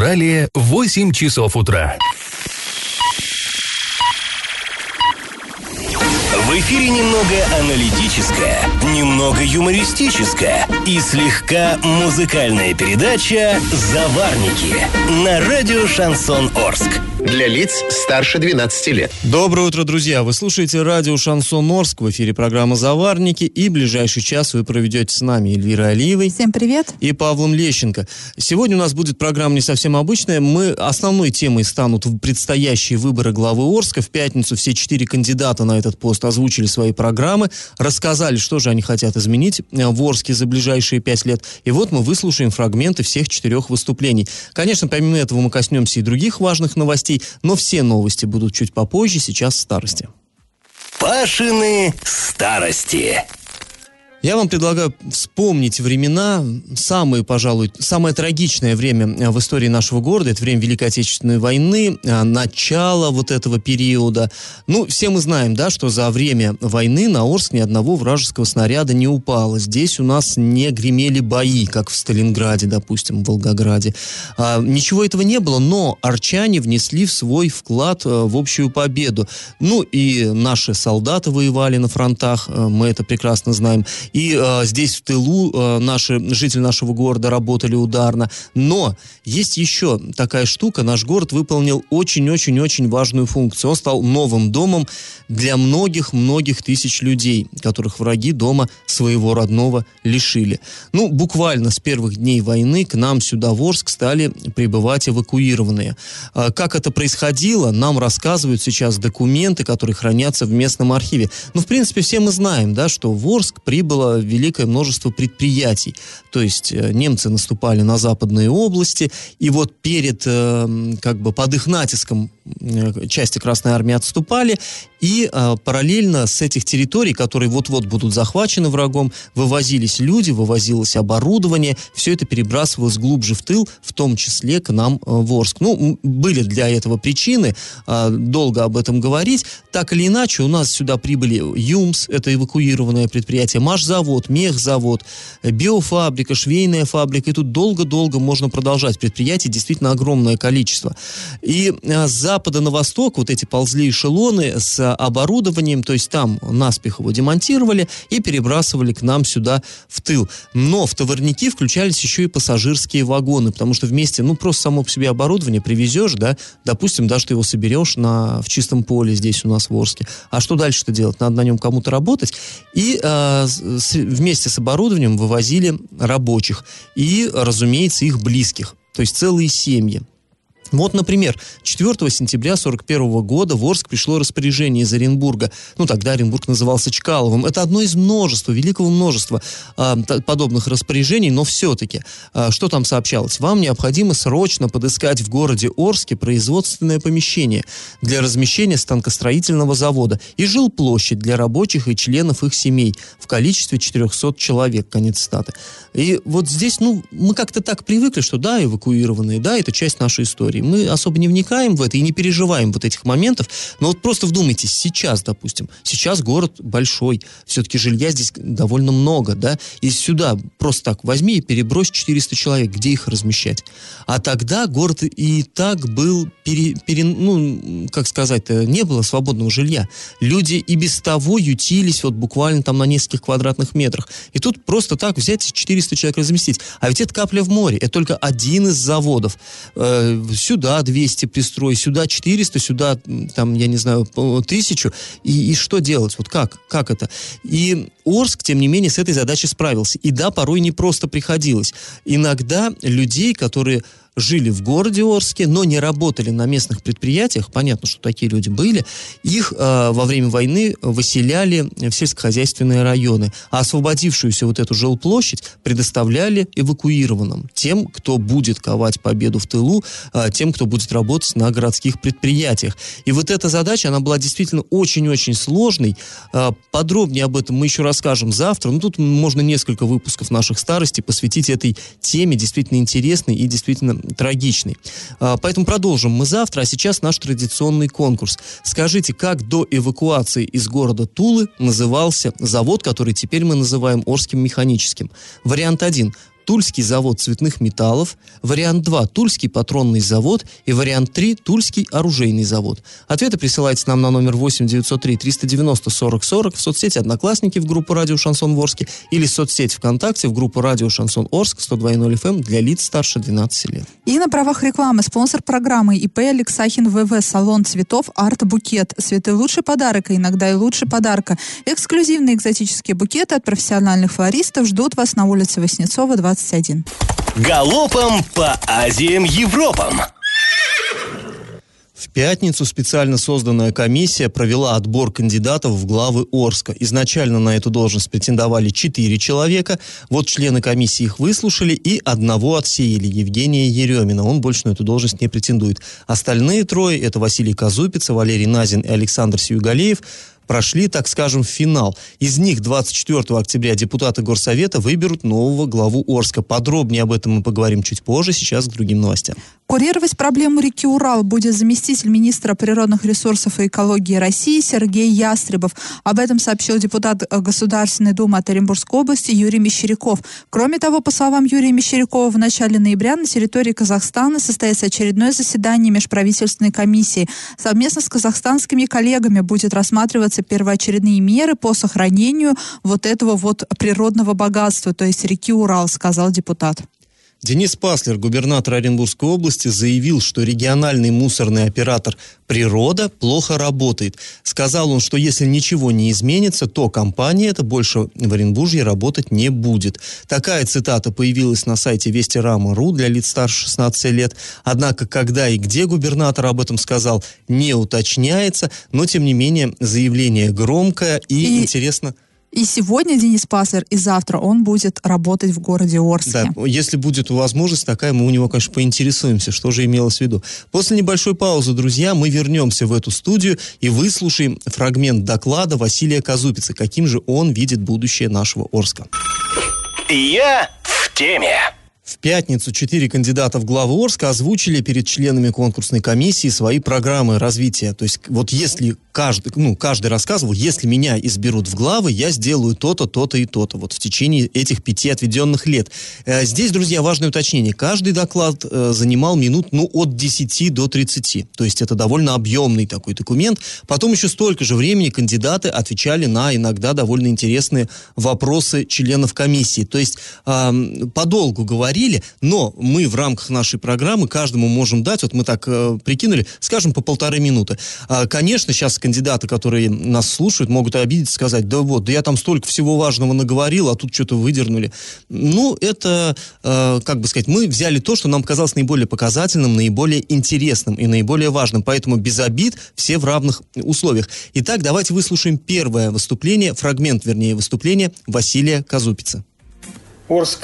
Урале 8 часов утра. В эфире немного аналитическая, немного юмористическая и слегка музыкальная передача «Заварники» на радио «Шансон Орск». Для лиц старше 12 лет. Доброе утро, друзья! Вы слушаете радио «Шансон Орск», в эфире программа «Заварники», и ближайший час вы проведете с нами Эльвирой Алиевой. Всем привет! И Павлом Лещенко. Сегодня у нас будет программа не совсем обычная. Основной темой станут предстоящие выборы главы Орска. В пятницу все 4 кандидата на этот пост озвучили свои программы, рассказали, что же они хотят изменить в Орске за ближайшие 5 лет. И вот мы выслушаем фрагменты всех 4 выступлений. Конечно, помимо этого мы коснемся и других важных новостей, но все новости будут чуть попозже, сейчас в старости. Пашины старости. Я вам предлагаю вспомнить времена, самое трагичное время в истории нашего города. Это время Великой Отечественной войны, начало вот этого периода. Все мы знаем, да, что за время войны на Орск ни одного вражеского снаряда не упало. Здесь у нас не гремели бои, как в Сталинграде, допустим, в Волгограде. Ничего этого не было, но орчане внесли в свой вклад в общую победу. И наши солдаты воевали на фронтах, мы это прекрасно знаем. И здесь в тылу жители нашего города работали ударно. Но есть еще такая штука. Наш город выполнил очень-очень-очень важную функцию. Он стал новым домом для многих-многих тысяч людей, которых враги дома своего родного лишили. Буквально с первых дней войны к нам сюда в Орск стали прибывать эвакуированные. Как это происходило, нам рассказывают сейчас документы, которые хранятся в местном архиве. В принципе, все мы знаем, да, что в Орск прибыло великое множество предприятий. То есть немцы наступали на западные области, и вот под их натиском части Красной Армии отступали, и параллельно с этих территорий, которые вот-вот будут захвачены врагом, вывозились люди, вывозилось оборудование, все это перебрасывалось глубже в тыл, в том числе к нам в Орск. Были для этого причины, долго об этом говорить. Так или иначе, у нас сюда прибыли ЮМС, это эвакуированное предприятие, Машзавод, Мехзавод, биофабрика, швейная фабрика, и тут долго-долго можно продолжать. Предприятий действительно огромное количество. И с запада на восток вот эти ползли эшелоны с оборудованием, то есть там наспех его демонтировали и перебрасывали к нам сюда в тыл. Но в товарники включались еще и пассажирские вагоны, потому что вместе, просто само по себе оборудование привезешь, да, допустим, даже ты его соберешь в чистом поле здесь у нас в Орске. А что дальше-то делать? Надо на нем кому-то работать. И вместе с оборудованием вывозили рабочих и, разумеется, их близких, то есть целые семьи. Вот, например, 4 сентября 1941 года в Орск пришло распоряжение из Оренбурга. Тогда Оренбург назывался Чкаловым. Это одно из великого множества подобных распоряжений, но все-таки, что там сообщалось? Вам необходимо срочно подыскать в городе Орске производственное помещение для размещения станкостроительного завода и жилплощадь для рабочих и членов их семей в количестве 400 человек, конец цитаты. И вот здесь, мы как-то так привыкли, что да, эвакуированные, да, это часть нашей истории. Мы особо не вникаем в это и не переживаем вот этих моментов. Но вот просто вдумайтесь, сейчас город большой, все-таки жилья здесь довольно много, да, и сюда просто так возьми и перебрось 400 человек, где их размещать? А тогда город и так был, не было свободного жилья. Люди и без того ютились буквально там на нескольких квадратных метрах. И тут просто так взять 400 человек разместить. А ведь это капля в море, это только один из заводов. Сюда 200 пристрой, сюда 400, сюда, 1000. И что делать? Вот как это? И Орск, тем не менее, с этой задачей справился. И да, порой не просто приходилось. Иногда людей, которые жили в городе Орске, но не работали на местных предприятиях, понятно, что такие люди были, их во время войны выселяли в сельскохозяйственные районы, а освободившуюся вот эту жилплощадь предоставляли эвакуированным, тем, кто будет ковать победу в тылу, тем, кто будет работать на городских предприятиях. И вот эта задача, она была действительно очень-очень сложной. Подробнее об этом мы еще расскажем завтра. Тут можно несколько выпусков наших старостей посвятить этой теме, действительно интересной и действительно трагичный. Поэтому продолжим мы завтра, а сейчас наш традиционный конкурс. Скажите, как до эвакуации из города Тулы назывался завод, который теперь мы называем Орским механическим? Вариант 1. Тульский завод цветных металлов, вариант 2 – Тульский патронный завод и вариант 3 – Тульский оружейный завод. Ответы присылайте нам на номер 8 903 390 40 40 в соцсети «Одноклассники» в группу «Радио Шансон Орске» или в соцсети ВКонтакте в группу «Радио Шансон Орск» 102.0 FM для лиц старше 12 лет. И на правах рекламы спонсор программы ИП Алексахин ВВ, салон цветов «Арт Букет». Цветы – лучший подарок, а иногда и лучше подарка. Эксклюзивные экзотические букеты от профессиональных флористов ждут вас на улице Васнецова, 21. Галопом по Азиям, Европам. В пятницу специально созданная комиссия провела отбор кандидатов в главы Орска. Изначально на эту должность претендовали 4 человека. Вот члены комиссии их выслушали и одного отсеяли, Евгения Еремина. Он больше на эту должность не претендует. Остальные 3 – это Василий Казупица, Валерий Назин и Александр Сюйгалеев – прошли, так скажем, в финал. Из них 24 октября депутаты Горсовета выберут нового главу Орска. Подробнее об этом мы поговорим чуть позже, сейчас к другим новостям. Курировать проблему реки Урал будет заместитель министра природных ресурсов и экологии России Сергей Ястребов. Об этом сообщил депутат Государственной Думы от Оренбургской области Юрий Мещеряков. Кроме того, по словам Юрия Мещерякова, в начале ноября на территории Казахстана состоится очередное заседание межправительственной комиссии. Совместно с казахстанскими коллегами будет рассматриваться первоочередные меры по сохранению вот этого вот природного богатства, то есть реки Урал, сказал депутат. Денис Паслер, губернатор Оренбургской области, заявил, что региональный мусорный оператор «Природа» плохо работает. Сказал он, что если ничего не изменится, то компания эта больше в Оренбурге работать не будет. Такая цитата появилась на сайте Вести.Рама.ру для лиц старше 16 лет. Однако, когда и где губернатор об этом сказал, не уточняется, но, тем не менее, заявление громкое и интересно. И сегодня Денис Паслер, и завтра он будет работать в городе Орске. Да, если будет возможность такая, мы у него, конечно, поинтересуемся, что же имелось в виду. После небольшой паузы, друзья, мы вернемся в эту студию и выслушаем фрагмент доклада Василия Казупицы, каким же он видит будущее нашего Орска. Я в теме. В пятницу 4 кандидата в главы Орска озвучили перед членами конкурсной комиссии свои программы развития. То есть вот если каждый рассказывал, если меня изберут в главы, я сделаю то-то, то-то и то-то. Вот в течение этих 5 отведенных лет. Здесь, друзья, важное уточнение. Каждый доклад занимал минут от 10 до 30. То есть это довольно объемный такой документ. Потом еще столько же времени кандидаты отвечали на иногда довольно интересные вопросы членов комиссии. То есть подолгу говорили, но мы в рамках нашей программы каждому можем дать, вот мы так прикинули, скажем, по 1,5 минуты. Конечно, сейчас кандидаты, которые нас слушают, могут обидеться, сказать, да я там столько всего важного наговорил, а тут что-то выдернули. Ну, это, мы взяли то, что нам казалось наиболее показательным, наиболее интересным и наиболее важным, поэтому без обид, все в равных условиях. Итак, давайте выслушаем первое выступление, фрагмент выступления Василия Казупицы. Орск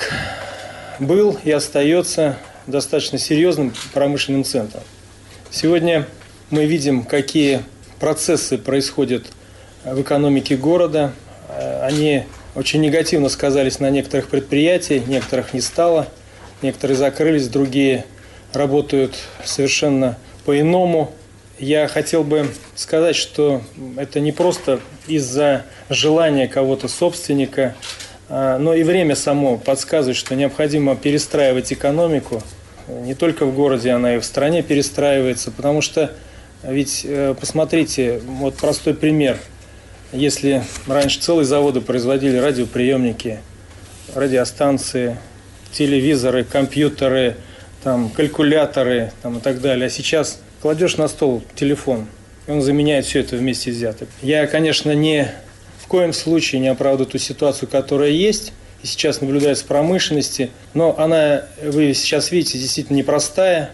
был и остается достаточно серьезным промышленным центром. Сегодня мы видим, какие процессы происходят в экономике города. Они очень негативно сказались на некоторых предприятиях, некоторых не стало, некоторые закрылись, другие работают совершенно по-иному. Я хотел бы сказать, что это не просто из-за желания кого-то собственника, но и время само подсказывает, что необходимо перестраивать экономику. Не только в городе, она и в стране перестраивается, потому что, ведь, посмотрите, вот простой пример. Если раньше целые заводы производили радиоприемники, радиостанции, телевизоры, компьютеры, калькуляторы и так далее, а сейчас кладешь на стол телефон, и он заменяет все это вместе взятое. Я, конечно, в коем случае не оправдываю ту ситуацию, которая есть и сейчас наблюдается в промышленности, но она, вы сейчас видите, действительно непростая,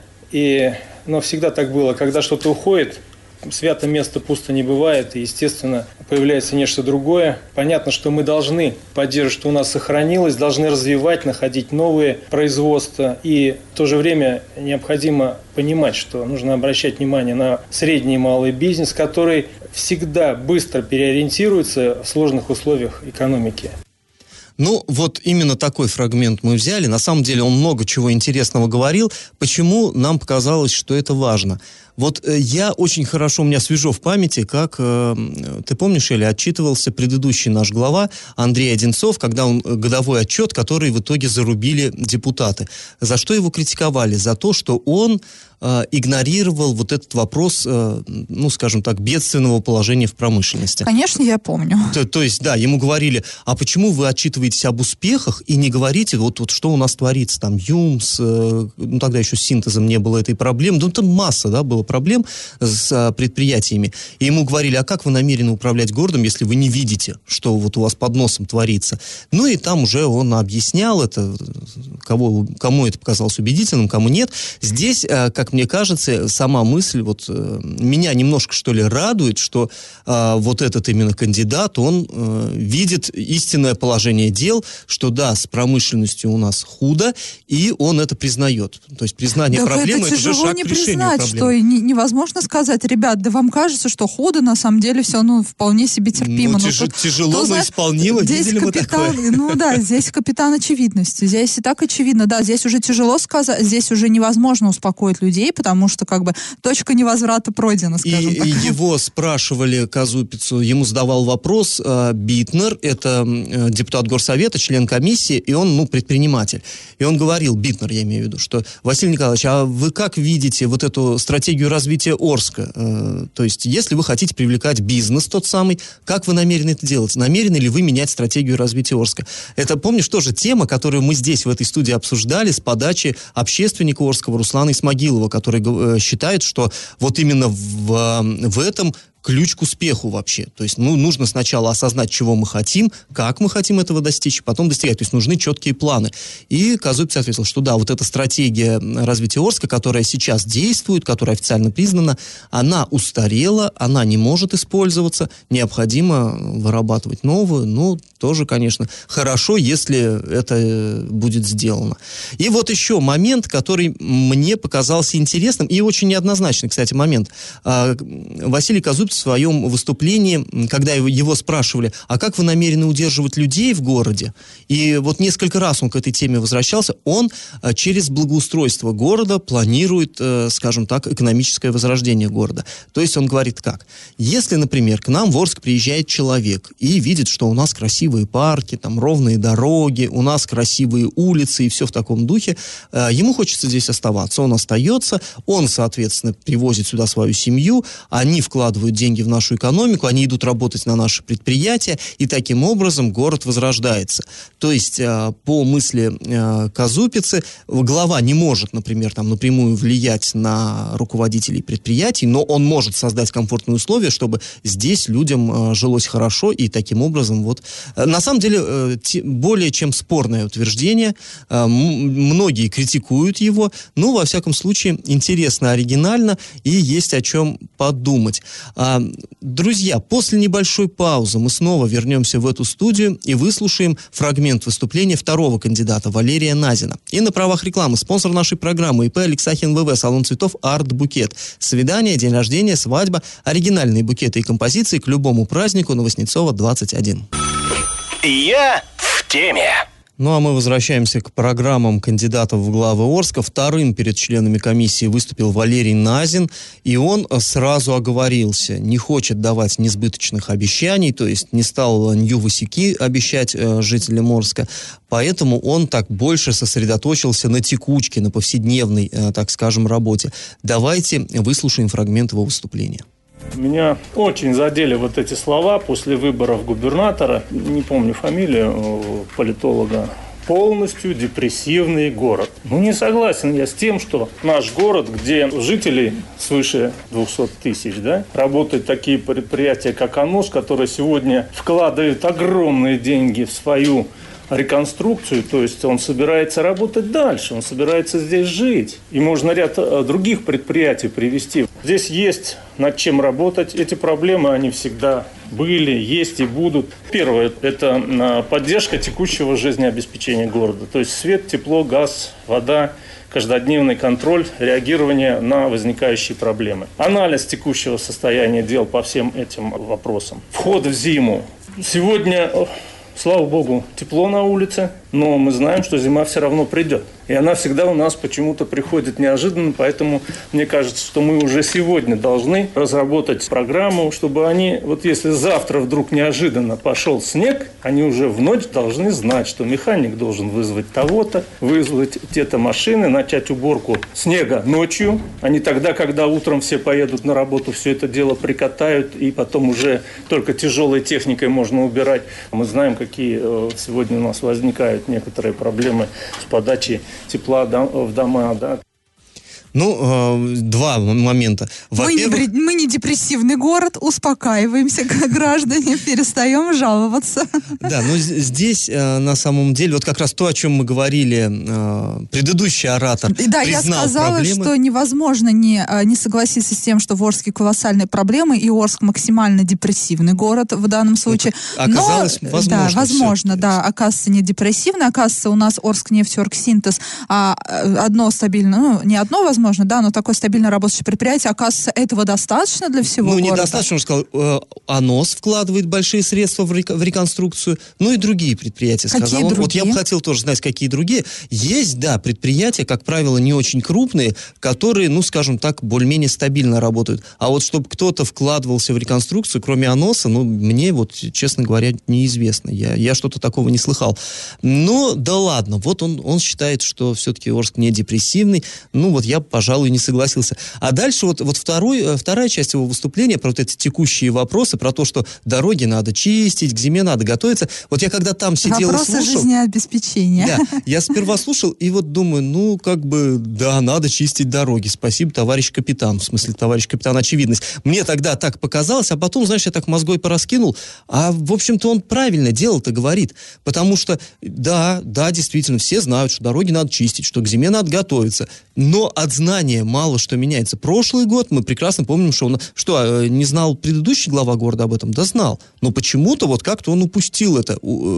но всегда так было, когда что-то уходит, свято место пусто не бывает, и, естественно, появляется нечто другое. Понятно, что мы должны поддерживать, что у нас сохранилось, должны развивать, находить новые производства, и в то же время необходимо понимать, что нужно обращать внимание на средний и малый бизнес, который всегда быстро переориентируется в сложных условиях экономики. Ну, вот именно такой фрагмент мы взяли. На самом деле он много чего интересного говорил. Почему нам показалось, что это важно? Вот я очень хорошо, у меня свежо в памяти, как, ты помнишь, Эля, отчитывался предыдущий наш глава Андрей Одинцов, когда он годовой отчет, который в итоге зарубили депутаты. За что его критиковали? За то, что он игнорировал вот этот вопрос, ну, скажем так, бедственного положения в промышленности. Конечно, я помню. То есть, да, ему говорили, а почему вы отчитываетесь об успехах и не говорите, вот что у нас творится, там, ЮМС, ну, тогда еще с синтезом не было этой проблемы, ну, там масса, да, было проблем с предприятиями. И ему говорили, а как вы намерены управлять городом, если вы не видите, что вот у вас под носом творится? Ну, и там уже он объяснял это, кому это показалось убедительным, кому нет. Здесь, как мне кажется, сама мысль, вот меня немножко, что ли, радует, что вот этот именно кандидат, он видит истинное положение дел, что да, с промышленностью у нас худо, и он это признает. То есть признание проблемы, это же шаг к решению проблемы. Что невозможно сказать, ребят, да вам кажется, что худо, на самом деле все, ну, вполне себе терпимо. Тяжело, но исполнимо, видели мы такое. Ну да, здесь капитан очевидности, здесь и так очевидно, да, здесь уже тяжело сказать, здесь уже невозможно успокоить людей, потому что, как бы, точка невозврата пройдена, скажем так. И его спрашивали, Казупицу, ему задавал вопрос Битнер, это депутат Горсовета, член комиссии, и он, ну, предприниматель. И он говорил, Битнер, я имею в виду, что, Василий Николаевич, а вы как видите вот эту стратегию развития Орска? То есть, если вы хотите привлекать бизнес тот самый, как вы намерены это делать? Намерены ли вы менять стратегию развития Орска? Это, помнишь, тоже тема, которую мы здесь, в этой студии, обсуждали с подачи общественника Орского Руслана Исмагилова, который считает, что вот именно в этом ключ к успеху вообще. То есть, ну, нужно сначала осознать, чего мы хотим, как мы хотим этого достичь, потом достигать. То есть, нужны четкие планы. И Казупиц ответил, что да, вот эта стратегия развития Орска, которая сейчас действует, которая официально признана, она устарела, она не может использоваться, необходимо вырабатывать новую. Ну, тоже, конечно, хорошо, если это будет сделано. И вот еще момент, который мне показался интересным и очень неоднозначный, кстати, момент. Василий Казупиц в своем выступлении, когда его спрашивали, а как вы намерены удерживать людей в городе? И вот несколько раз он к этой теме возвращался. Он через благоустройство города планирует, скажем так, экономическое возрождение города. То есть он говорит как? Если, например, к нам в Орск приезжает человек и видит, что у нас красивые парки, там ровные дороги, у нас красивые улицы и все в таком духе, ему хочется здесь оставаться. Он остается, он, соответственно, привозит сюда свою семью, они вкладывают деньги в нашу экономику, они идут работать на наши предприятия, и таким образом город возрождается. То есть, по мысли Казупицы, глава не может, например, там, напрямую влиять на руководителей предприятий, но он может создать комфортные условия, чтобы здесь людям жилось хорошо, и таким образом, вот... На самом деле, более чем спорное утверждение, многие критикуют его, но, во всяком случае, интересно, оригинально, и есть о чем подумать. Друзья, после небольшой паузы мы снова вернемся в эту студию и выслушаем фрагмент выступления второго кандидата Валерия Назина. И на правах рекламы спонсор нашей программы ИП Алексахин ВВ, салон цветов Арт Букет. Свидание, день рождения, свадьба, оригинальные букеты и композиции к любому празднику на Васнецова, 21. Я в теме. Ну, а мы возвращаемся к программам кандидатов в главы Орска. Вторым перед членами комиссии выступил Валерий Назин, и он сразу оговорился, не хочет давать несбыточных обещаний, то есть не стал нью-васюки обещать жителям Орска, поэтому он так больше сосредоточился на текучке, на повседневной, так скажем, работе. Давайте выслушаем фрагмент его выступления. Меня очень задели вот эти слова после выборов губернатора, не помню фамилию политолога, полностью депрессивный город. Ну, не согласен я с тем, что наш город, где жителей свыше 200 тысяч, да, работают такие предприятия, как АНОС, которые сегодня вкладывают огромные деньги в свою реконструкцию, то есть он собирается работать дальше, он собирается здесь жить. И можно ряд других предприятий привести. Здесь есть над чем работать. Эти проблемы, они всегда были, есть и будут. Первое – это поддержка текущего жизнеобеспечения города. То есть свет, тепло, газ, вода, каждодневный контроль, реагирование на возникающие проблемы. Анализ текущего состояния дел по всем этим вопросам. Вход в зиму. Сегодня... Слава богу, тепло на улице. но мы знаем, что зима все равно придет. И она всегда у нас почему-то приходит неожиданно, поэтому мне кажется, что мы уже сегодня должны разработать программу, чтобы они, вот если завтра вдруг неожиданно пошел снег, они уже в ночь должны знать, что механик должен вызвать того-то, вызвать те-то машины, начать уборку снега ночью, а не тогда, когда утром все поедут на работу, все это дело прикатают, и потом уже только тяжелой техникой можно убирать. Мы знаем, какие сегодня у нас возникают некоторые проблемы с подачей тепла в дома, да. Ну, два момента. Мы не депрессивный город, успокаиваемся, граждане, перестаем жаловаться. Да, но здесь на самом деле, вот как раз то, о чем мы говорили, предыдущий оратор да, я сказала, проблемы. Что невозможно не согласиться с тем, что в Орске колоссальные проблемы, и Орск максимально депрессивный город в данном случае. Оказалось, возможно. Да, возможно, да, оказывается, не депрессивный, оказывается, у нас Орскнефтеоргсинтез одно стабильно, ну, не одно, возможно, да, но такое стабильно работающее предприятие, оказывается, этого достаточно для всего города? Ну, недостаточно, он сказал, АНОС вкладывает большие средства в реконструкцию, ну и другие предприятия, сказал он. Другие? Вот я бы хотел тоже знать, какие другие. Есть, да, предприятия, как правило, не очень крупные, которые, ну, скажем так, более-менее стабильно работают. А вот чтобы кто-то вкладывался в реконструкцию, кроме АНОСа, ну, мне вот, честно говоря, неизвестно. Я что-то такого не слыхал. Но, да ладно, вот он считает, что все-таки Орск не депрессивный. Ну, вот я пожалуй, не согласился. А дальше вот вторая часть его выступления про вот эти текущие вопросы, про то, что дороги надо чистить, к зиме надо готовиться. Вот я когда там сидел вопросы и слушал... жизнеобеспечения. Да, я сперва слушал и вот думаю, ну, как бы, да, надо чистить дороги. Спасибо, товарищ капитан. В смысле, товарищ капитан, очевидность. Мне тогда так показалось, а потом, знаешь, я так мозгой пораскинул, а, в общем-то, он правильно дело-то говорит. Потому что, да, действительно, все знают, что дороги надо чистить, что к зиме надо готовиться. Но от знания мало что меняется. Прошлый год мы прекрасно помним, что не знал предыдущий глава города об этом? Да знал. Но почему-то вот как-то он упустил это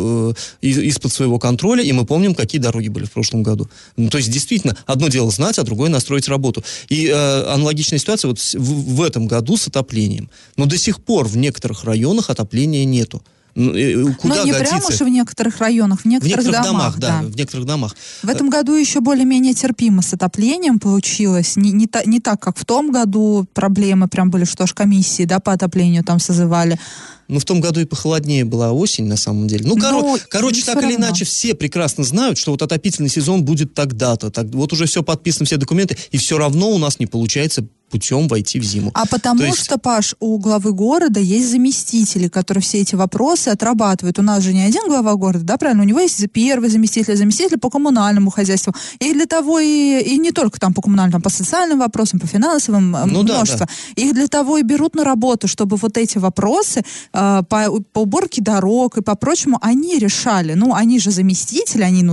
из-под своего контроля, и мы помним, какие дороги были в прошлом году. Ну, то есть, действительно, одно дело знать, а другое настроить работу. И аналогичная ситуация вот в этом году с отоплением. Но до сих пор в некоторых районах отопления нету. Куда не годится? Прямо уж в некоторых районах, в некоторых домах. Да, в некоторых домах. В этом году еще более-менее терпимо с отоплением получилось. Не так, как в том году проблемы прям были, что аж комиссии, да, по отоплению там созывали. Ну, в том году и похолоднее была осень, на самом деле. Короче, так или иначе, все прекрасно знают, что вот отопительный сезон будет тогда-то. Вот уже все подписано, все документы, и все равно у нас не получается путем войти в зиму. А потому что, Паш, у главы города есть заместители, которые все эти вопросы отрабатывают. У нас же не один глава города, да, правильно? У него есть первый заместитель по коммунальному хозяйству. И для того, и не только там по коммунальному, там по социальным вопросам, по финансовым, множество. Да. Их для того и берут на работу, чтобы вот эти вопросы по уборке дорог и по прочему они решали. Ну, они же заместители, они,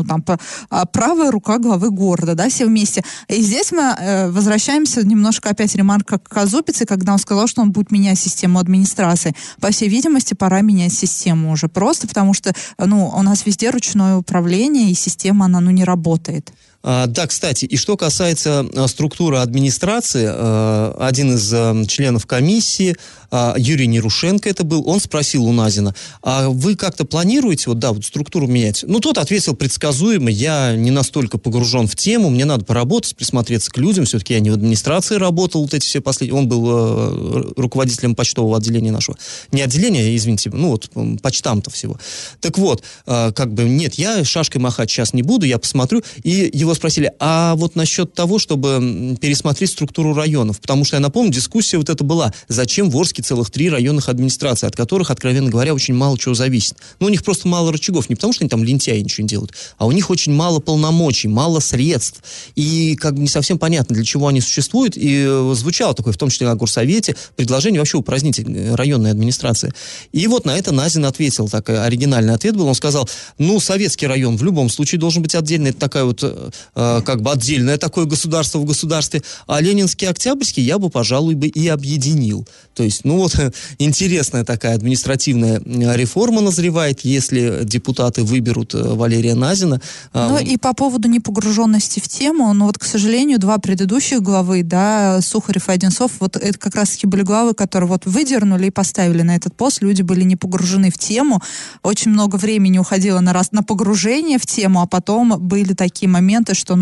правая рука главы города, да, все вместе. И здесь мы возвращаемся немножко опять ремарка к Казупице, когда он сказал, что он будет менять систему администрации. По всей видимости, пора менять систему уже просто, потому что, у нас везде ручное управление, и система, она, не работает. Да, кстати, и что касается структуры администрации, один из членов комиссии, Юрий Нерушенко это был, он спросил у Назина, а вы как-то планируете структуру менять? Тот ответил предсказуемо, я не настолько погружен в тему, мне надо поработать, присмотреться к людям, все-таки я не в администрации работал, вот эти все последние, он был руководителем почтового отделения нашего, не отделения, извините, почтамта всего. Так вот, нет, я шашкой махать сейчас не буду, я посмотрю, и его спросили, а вот насчет того, чтобы пересмотреть структуру районов, потому что, я напомню, дискуссия вот эта была, зачем в Орске целых 3 районных администрации, от которых, откровенно говоря, очень мало чего зависит. У них просто мало рычагов, не потому что они там лентяи ничего не делают, а у них очень мало полномочий, мало средств, и не совсем понятно, для чего они существуют, и звучало такое, в том числе на горсовете, предложение вообще упразднить районные администрации. И вот на это Назин ответил, такой оригинальный ответ был, он сказал, советский район в любом случае должен быть отдельный, это такая как бы отдельное такое государство в государстве, а Ленинский и Октябрьский я бы, пожалуй, и объединил. То есть, интересная такая административная реформа назревает, если депутаты выберут Валерия Назина. И по поводу непогруженности в тему, к сожалению, два предыдущих главы, Сухарев и Одинцов, это как раз-таки были главы, которые выдернули и поставили на этот пост, люди были не погружены в тему, очень много времени уходило на погружение в тему, а потом были такие моменты, что,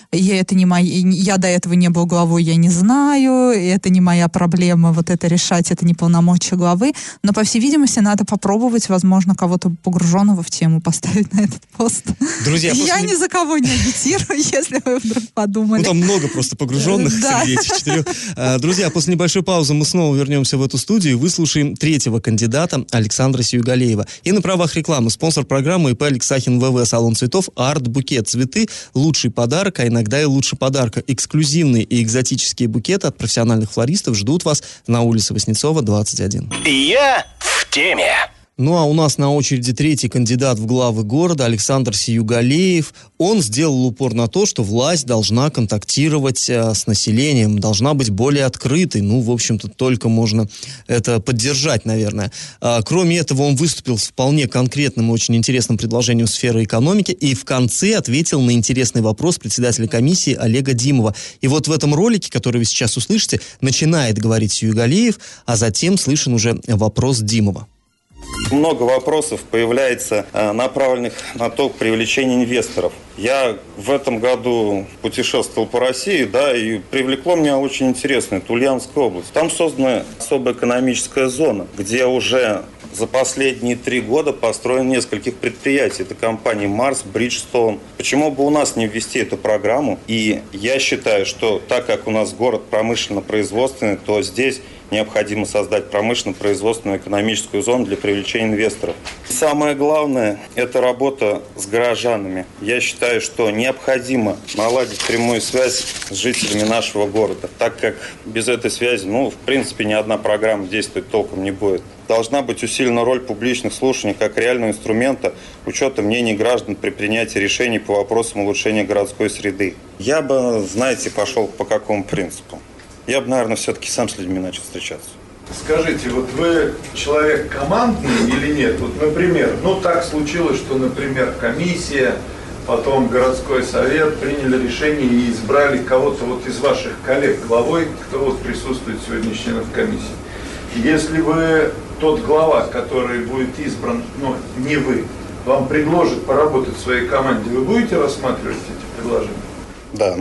я до этого не был главой, я не знаю, это не моя проблема, это решать, это не полномочия главы, но, по всей видимости, надо попробовать, возможно, кого-то погруженного в тему поставить на этот пост. Друзья, я ни за кого не агитирую, если вы вдруг подумали. Там много просто погруженных среди этих 4. Друзья, после небольшой паузы мы снова вернемся в эту студию и выслушаем третьего кандидата Александра Сиюгалеева. И на правах рекламы спонсор программы ИП Алексахин ВВ, салон цветов Арт Букет. Цветы – лучший подарок, а иногда и лучше подарка. Эксклюзивные и экзотические букеты от профессиональных флористов ждут вас на улице Васнецова, 21. Я в теме. А у нас на очереди третий кандидат в главы города Александр Сиюгалеев. Он сделал упор на то, что власть должна контактировать с населением, должна быть более открытой. В общем-то, только можно это поддержать, наверное. Кроме этого, он выступил с вполне конкретным и очень интересным предложением сферы экономики и в конце ответил на интересный вопрос председателя комиссии Олега Димова. И в этом ролике, который вы сейчас услышите, начинает говорить Сиюгалеев, а затем слышен уже вопрос Димова. Много вопросов появляется, направленных на то привлечение инвесторов. Я в этом году путешествовал по России, и привлекло меня очень интересно, это Ульяновская область. Там создана особая экономическая зона, где уже за последние 3 года построено нескольких предприятий. Это компании Марс, Бриджстоун. Почему бы у нас не ввести эту программу? И я считаю, что так как у нас город промышленно-производственный, то здесь необходимо создать промышленно-производственную экономическую зону для привлечения инвесторов. Самое главное – это работа с горожанами. Я считаю, что необходимо наладить прямую связь с жителями нашего города, так как без этой связи, в принципе, ни одна программа действовать толком не будет. Должна быть усилена роль публичных слушаний как реального инструмента учета мнений граждан при принятии решений по вопросам улучшения городской среды. Я бы, пошел по какому принципу? Я бы, наверное, все-таки сам с людьми начал встречаться. Скажите, вы человек командный или нет? Например, так случилось, что, например, комиссия, потом городской совет приняли решение и избрали кого-то из ваших коллег главой, кто присутствует сегодня из членов комиссии. Если вы тот глава, который будет избран, не вы, вам предложат поработать в своей команде, вы будете рассматривать эти предложения? Да.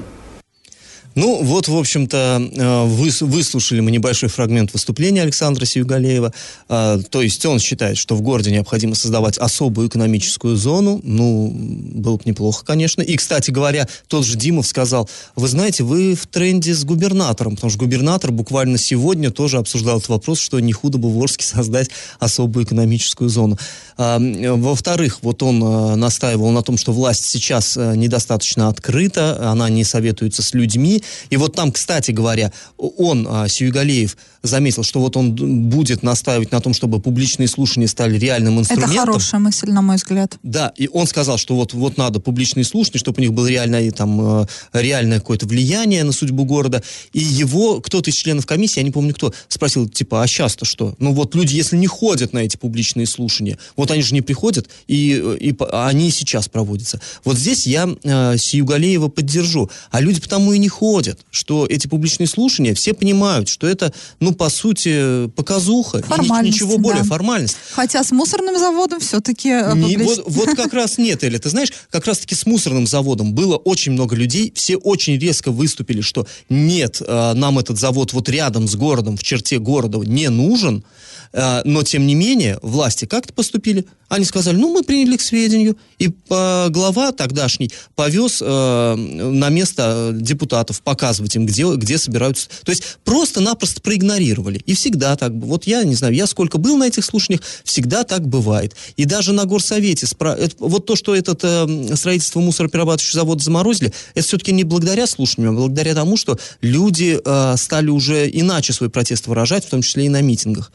В общем-то, выслушали мы небольшой фрагмент выступления Александра Сиюгалеева. То есть он считает, что в городе необходимо создавать особую экономическую зону. Было бы неплохо, конечно. И, кстати говоря, тот же Димов сказал, вы знаете, вы в тренде с губернатором, потому что губернатор буквально сегодня тоже обсуждал этот вопрос, что не худо бы в Орске создать особую экономическую зону. Во-вторых, он настаивал на том, что власть сейчас недостаточно открыта, она не советуется с людьми. И там, кстати говоря, Сиюгалеев, заметил, что он будет настаивать на том, чтобы публичные слушания стали реальным инструментом. Это хорошая мысль, на мой взгляд. Да, и он сказал, что надо публичные слушания, чтобы у них было реальное какое-то влияние на судьбу города. И его кто-то из членов комиссии, я не помню кто, спросил, а сейчас-то что? Люди, если не ходят на эти публичные слушания, они же не приходят, и они и сейчас проводятся. Здесь я Сиюгалеева поддержу. А люди потому и не ходят, что эти публичные слушания, все понимают, что это, по сути, показуха. И ничего более, формальность. Хотя с мусорным заводом все-таки... Как раз нет, Эля. Ты знаешь, как раз-таки с мусорным заводом было очень много людей, все очень резко выступили, что нет, нам этот завод рядом с городом, в черте города не нужен, но, тем не менее, власти как-то поступили. Они сказали, мы приняли к сведению. И глава тогдашний повез на место депутатов, показывать им, где собираются. То есть просто-напросто проигнорировали. И всегда так. Я не знаю, я сколько был на этих слушаниях, всегда так бывает. И даже на горсовете, то, что строительство мусороперерабатывающего завода заморозили, это все-таки не благодаря слушаниям, а благодаря тому, что люди стали уже иначе свой протест выражать, в том числе и на митингах. А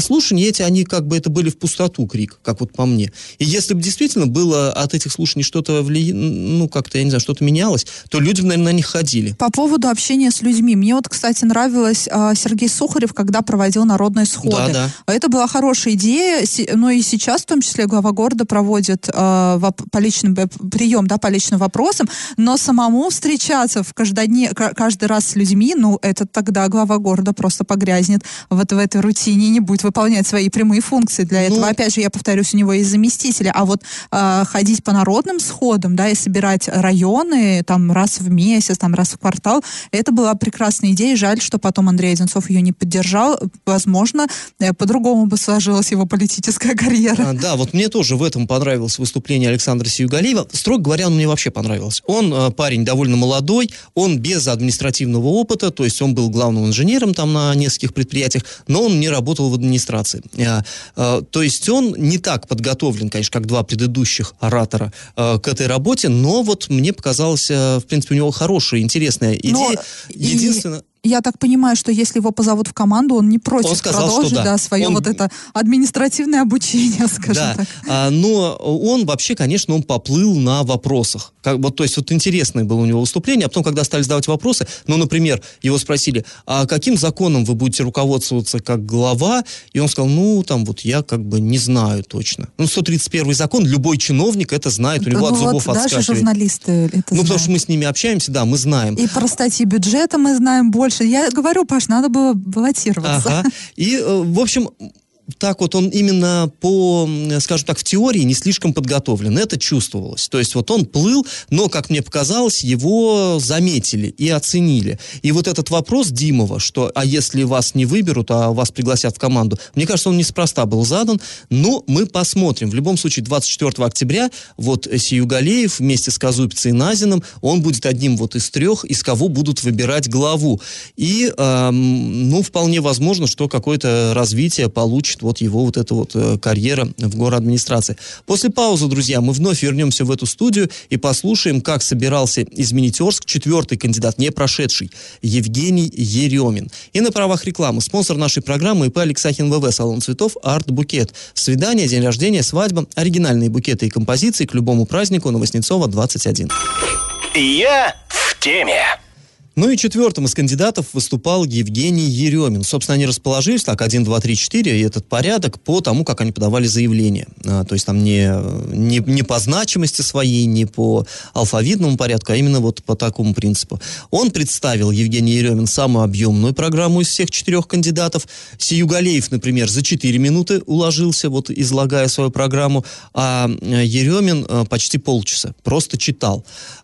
слушания эти, они как бы это были в пустоту крик, как вот по мне. И если бы действительно было от этих слушаний что-то как-то, я не знаю, что-то менялось, то люди, наверное, на них ходили. По поводу общения с людьми. Мне вот, кстати, нравилось Сергей Сухарев, когда проводил народные сходы. Да. Это была хорошая идея, но и сейчас, в том числе, глава города проводит прием по личным вопросам, но самому встречаться каждый раз с людьми, это тогда глава города просто погрязнет в этой рутине и не будет выполнять свои прямые функции. Для этого, опять же, я повторюсь, у него есть заместители. А вот ходить по народным сходам, и собирать районы там раз в месяц, там раз в квартал, это была прекрасная идея. Жаль, что потом Андрей Одинцов ее не поддержал. Возможно, по-другому бы сложилась его политическая карьера. Да, вот мне тоже в этом понравилось выступление Александра Сиюгалиева. Строго говоря, он мне вообще понравился. Он парень довольно молодой, он без административного опыта, то есть он был главным инженером там на нескольких предприятиях, но он не работал в администрации. То есть он не так подготовлен, конечно, как два предыдущих оратора к этой работе, но вот мне показалось, в принципе, у него хорошая, интересная идея. Единственное... Я так понимаю, что если его позовут в команду, он не против продолжить свое это административное обучение, скажем так. Но он вообще, конечно, он поплыл на вопросах. То есть интересное было у него выступление, а потом, когда стали задавать вопросы, например, его спросили, а каким законом вы будете руководствоваться как глава? И он сказал, я как бы не знаю точно. 131 закон, любой чиновник это знает, у него от зубов отскакивает. Даже журналисты это знают. Потому что мы с ними общаемся, да, мы знаем. И про статьи бюджета мы знаем больше. Я говорю, Паш, надо было баллотироваться. Ага. И, в общем, так вот он именно скажем так, в теории не слишком подготовлен. Это чувствовалось. То есть он плыл, но, как мне показалось, его заметили и оценили. И вот этот вопрос Димова, что а если вас не выберут, а вас пригласят в команду, мне кажется, он неспроста был задан, но мы посмотрим. В любом случае, 24 октября Сиюгалиев вместе с Казупицей и Назиным, он будет одним из трех, из кого будут выбирать главу. И, вполне возможно, что какое-то развитие получит его эта карьера в городадминистрации. После паузы, друзья, мы вновь вернемся в эту студию и послушаем, как собирался изменить Орск четвертый кандидат, не прошедший, Евгений Еремин. И на правах рекламы спонсор нашей программы ИП Алексахин ВВ, салон цветов Арт Букет. Свидание, день рождения, свадьба, оригинальные букеты и композиции к любому празднику на Воснецова, 21. Я в теме. И четвертым из кандидатов выступал Евгений Еремин. Собственно, они расположились 1, 2, 3, 4, и этот порядок по тому, как они подавали заявление. То есть там не по значимости своей, не по алфавитному порядку, а именно по такому принципу. Он представил, Евгений Еремин, самую объемную программу из всех 4 кандидатов. Сиюгалиев, например, за 4 минуты уложился, излагая свою программу, а Еремин почти полчаса просто читал.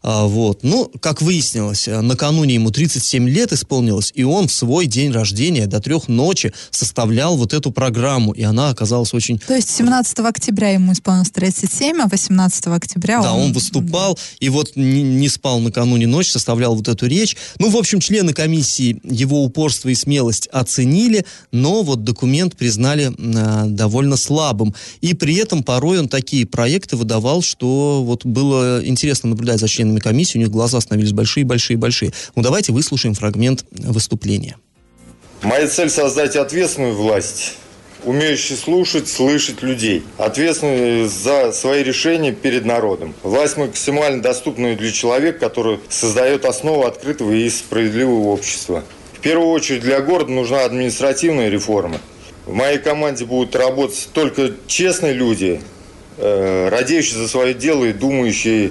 Как выяснилось, накануне ему 37 лет исполнилось, и он в свой день рождения до 3 ночи составлял эту программу, и она оказалась очень... То есть 17 октября ему исполнилось 37, а 18 октября он выступал, и не спал накануне ночи, составлял эту речь. В общем, члены комиссии его упорство и смелость оценили, но документ признали довольно слабым. И при этом порой он такие проекты выдавал, что было интересно наблюдать за членами комиссии, у них глаза становились большие-большие-большие. Давайте выслушаем фрагмент выступления. Моя цель – создать ответственную власть, умеющую слышать людей, ответственную за свои решения перед народом. Власть максимально доступную для человека, который создает основу открытого и справедливого общества. В первую очередь для города нужна административная реформа. В моей команде будут работать только честные люди, радеющие за свое дело и думающие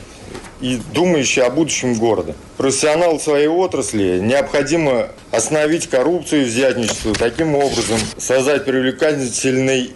о будущем города. Профессионал своей отрасли необходимо остановить коррупцию и взятничество, таким образом создать привлекательный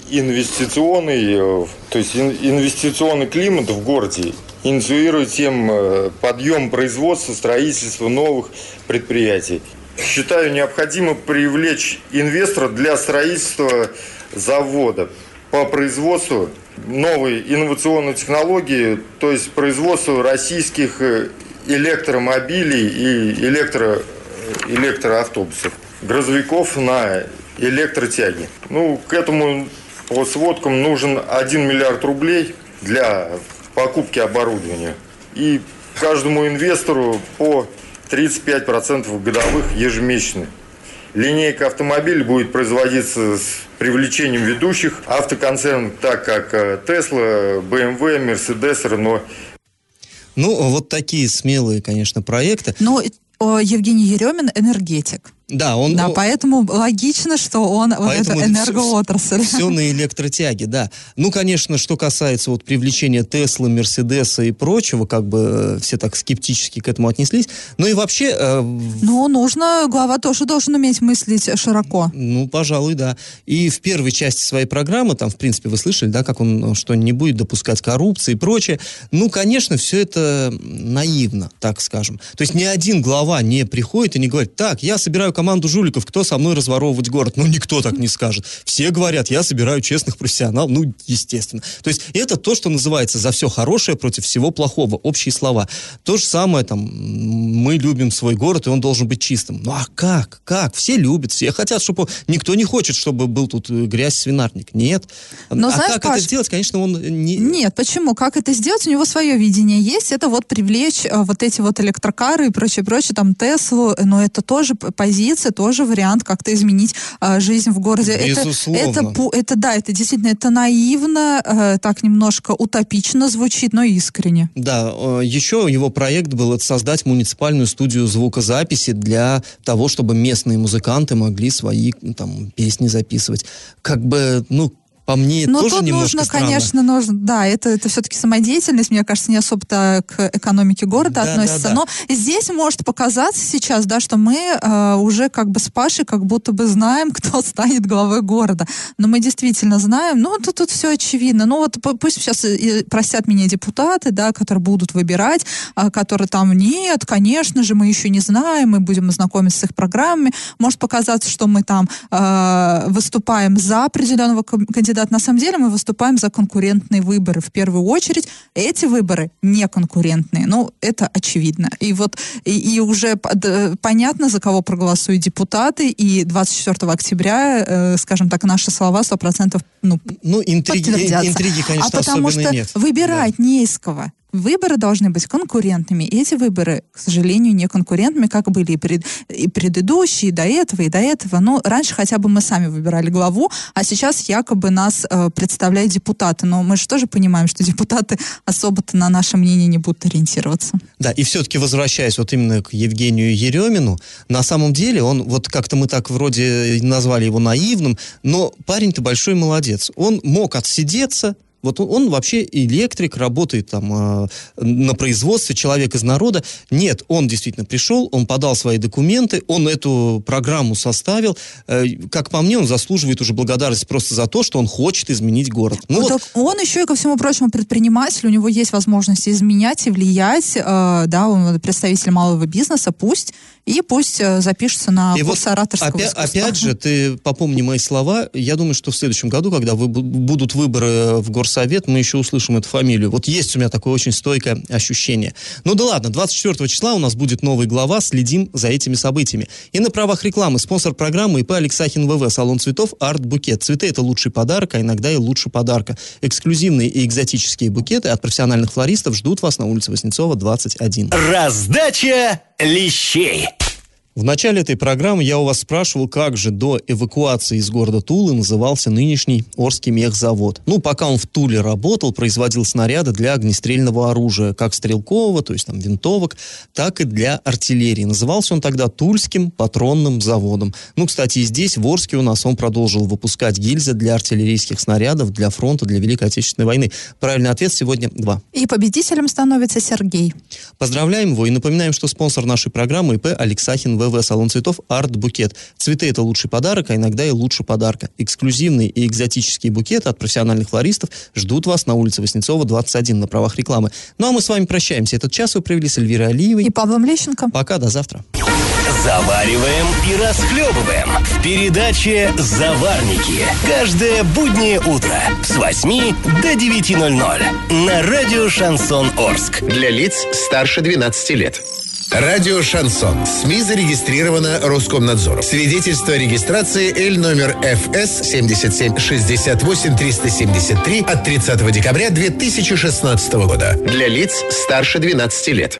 инвестиционный климат в городе, инициировать тем подъем производства, строительства новых предприятий. Считаю, необходимо привлечь инвестора для строительства завода по производству новой инновационной технологии, то есть производству российских электромобилей и электроавтобусов, грузовиков на электротяге. К этому по сводкам нужен 1 миллиард рублей для покупки оборудования. И каждому инвестору по 35% годовых ежемесячно. линейка автомобилей будет производиться с привлечением ведущих автоконцернов, так как Tesla, BMW, Mercedes, Renault. Ну, вот такие смелые, конечно, проекты. Ну, Евгений Еремин энергетик. Да, поэтому логично, что он в эту энергоотрасль. Все на электротяге, да. Ну, конечно, что касается вот привлечения Теслы, Мерседеса и прочего, как бы все так скептически к этому отнеслись. Ну и вообще... глава тоже должен уметь мыслить широко. Ну, пожалуй, да. И в первой части своей программы, там, в принципе, вы слышали, да, как он, что не будет допускать коррупции и прочее. Ну, конечно, все это наивно, так скажем. То есть ни один глава не приходит и не говорит: так, я собираю команду жуликов, кто со мной разворовывать город? Ну, никто так не скажет. Все говорят: я собираю честных профессионалов. Ну, естественно. То есть это то, что называется за все хорошее против всего плохого. Общие слова. То же самое, там, мы любим свой город, и он должен быть чистым. Ну, а как? Как? Все любят, все хотят, чтобы... Никто не хочет, чтобы был тут грязь, свинарник. Нет. Но, знаешь, как это сделать, конечно, он не... Нет, почему? Как это сделать? У него свое видение есть. Это вот привлечь вот эти вот электрокары и прочее, там, Теслу. Но это тоже позиция, тоже вариант как-то изменить жизнь в городе. Безусловно. Это действительно, это наивно, так немножко утопично звучит, но искренне. Да, еще его проект был создать муниципальную студию звукозаписи для того, чтобы местные музыканты могли свои там песни записывать. Как бы, по мне, но тоже тут немножко нужно, странно. конечно, да, это все-таки самодеятельность, мне кажется, не особо-то к экономике города относится. Да. Но здесь может показаться сейчас, да, что мы уже как бы с Пашей как будто бы знаем, кто станет главой города. Но мы действительно знаем, тут все очевидно. Пусть сейчас простят меня депутаты, да, которые будут выбирать, которые там, нет, конечно же, мы еще не знаем, мы будем знакомиться с их программами. Может показаться, что мы там выступаем за определенного кандидата. На самом деле мы выступаем за конкурентные выборы. В первую очередь эти выборы не конкурентные. Это очевидно. И уже понятно, за кого проголосуют депутаты. И 24 октября, скажем так, наши слова 100% интриги, конечно, потому что нет. Выбирать не из кого. Выборы должны быть конкурентными. И эти выборы, к сожалению, не конкурентными, как были и предыдущие, и до этого. Раньше хотя бы мы сами выбирали главу, а сейчас якобы нас представляют депутаты. Но мы же тоже понимаем, что депутаты особо-то на наше мнение не будут ориентироваться. Да, и все-таки возвращаясь вот именно к Евгению Еремину, на самом деле он, вот как-то мы так вроде назвали его наивным, но парень-то большой молодец. Он мог отсидеться. Вот он вообще электрик, работает там на производстве, человек из народа. Нет, он действительно пришел, он подал свои документы, он эту программу составил. Как по мне, он заслуживает уже благодарности просто за то, что он хочет изменить город. Он еще и, ко всему прочему, предприниматель, у него есть возможность изменять и влиять. Да, он представитель малого бизнеса, пусть запишется на курс ораторского искусства. Опять же, ты попомни мои слова, я думаю, что в следующем году, когда будут выборы в Горсовет, мы еще услышим эту фамилию. Вот есть у меня такое очень стойкое ощущение. Ну да ладно, 24 числа у нас будет новый глава, следим за этими событиями. И на правах рекламы спонсор программы ИП Алексахин ВВ, салон цветов Арт Букет. Цветы — это лучший подарок, а иногда и лучше подарка. Эксклюзивные и экзотические букеты от профессиональных флористов ждут вас на улице Воснецова, 21. Раздача лещей. В начале этой программы я у вас спрашивал, как же до эвакуации из города Тулы назывался нынешний Орский мехзавод. Пока он в Туле работал, производил снаряды для огнестрельного оружия, как стрелкового, то есть там винтовок, так и для артиллерии. Назывался он тогда Тульским патронным заводом. Кстати, и здесь, в Орске у нас, он продолжил выпускать гильзы для артиллерийских снарядов, для фронта, для Великой Отечественной войны. Правильный ответ сегодня 2. И победителем становится Сергей. Поздравляем его и напоминаем, что спонсор нашей программы ИП Алексахин ВВ, салон цветов Арт Букет. Цветы — это лучший подарок, а иногда и лучше подарка. Эксклюзивные и экзотические букеты от профессиональных флористов ждут вас на улице Воснецова, 21, на правах рекламы. А мы с вами прощаемся. Этот час вы провели с Эльвирой Алиевой и Павлом Лещенко. Пока, до завтра. Завариваем и расхлебываем в передаче «Заварники». Каждое буднее утро с 8 до 9:00 на радио «Шансон Орск». Для лиц старше 12 лет. Радио «Шансон». СМИ зарегистрировано Роскомнадзором. Свидетельство о регистрации Л номер ФС 77 68 373 от 30 декабря 2016 года. Для лиц старше 12 лет.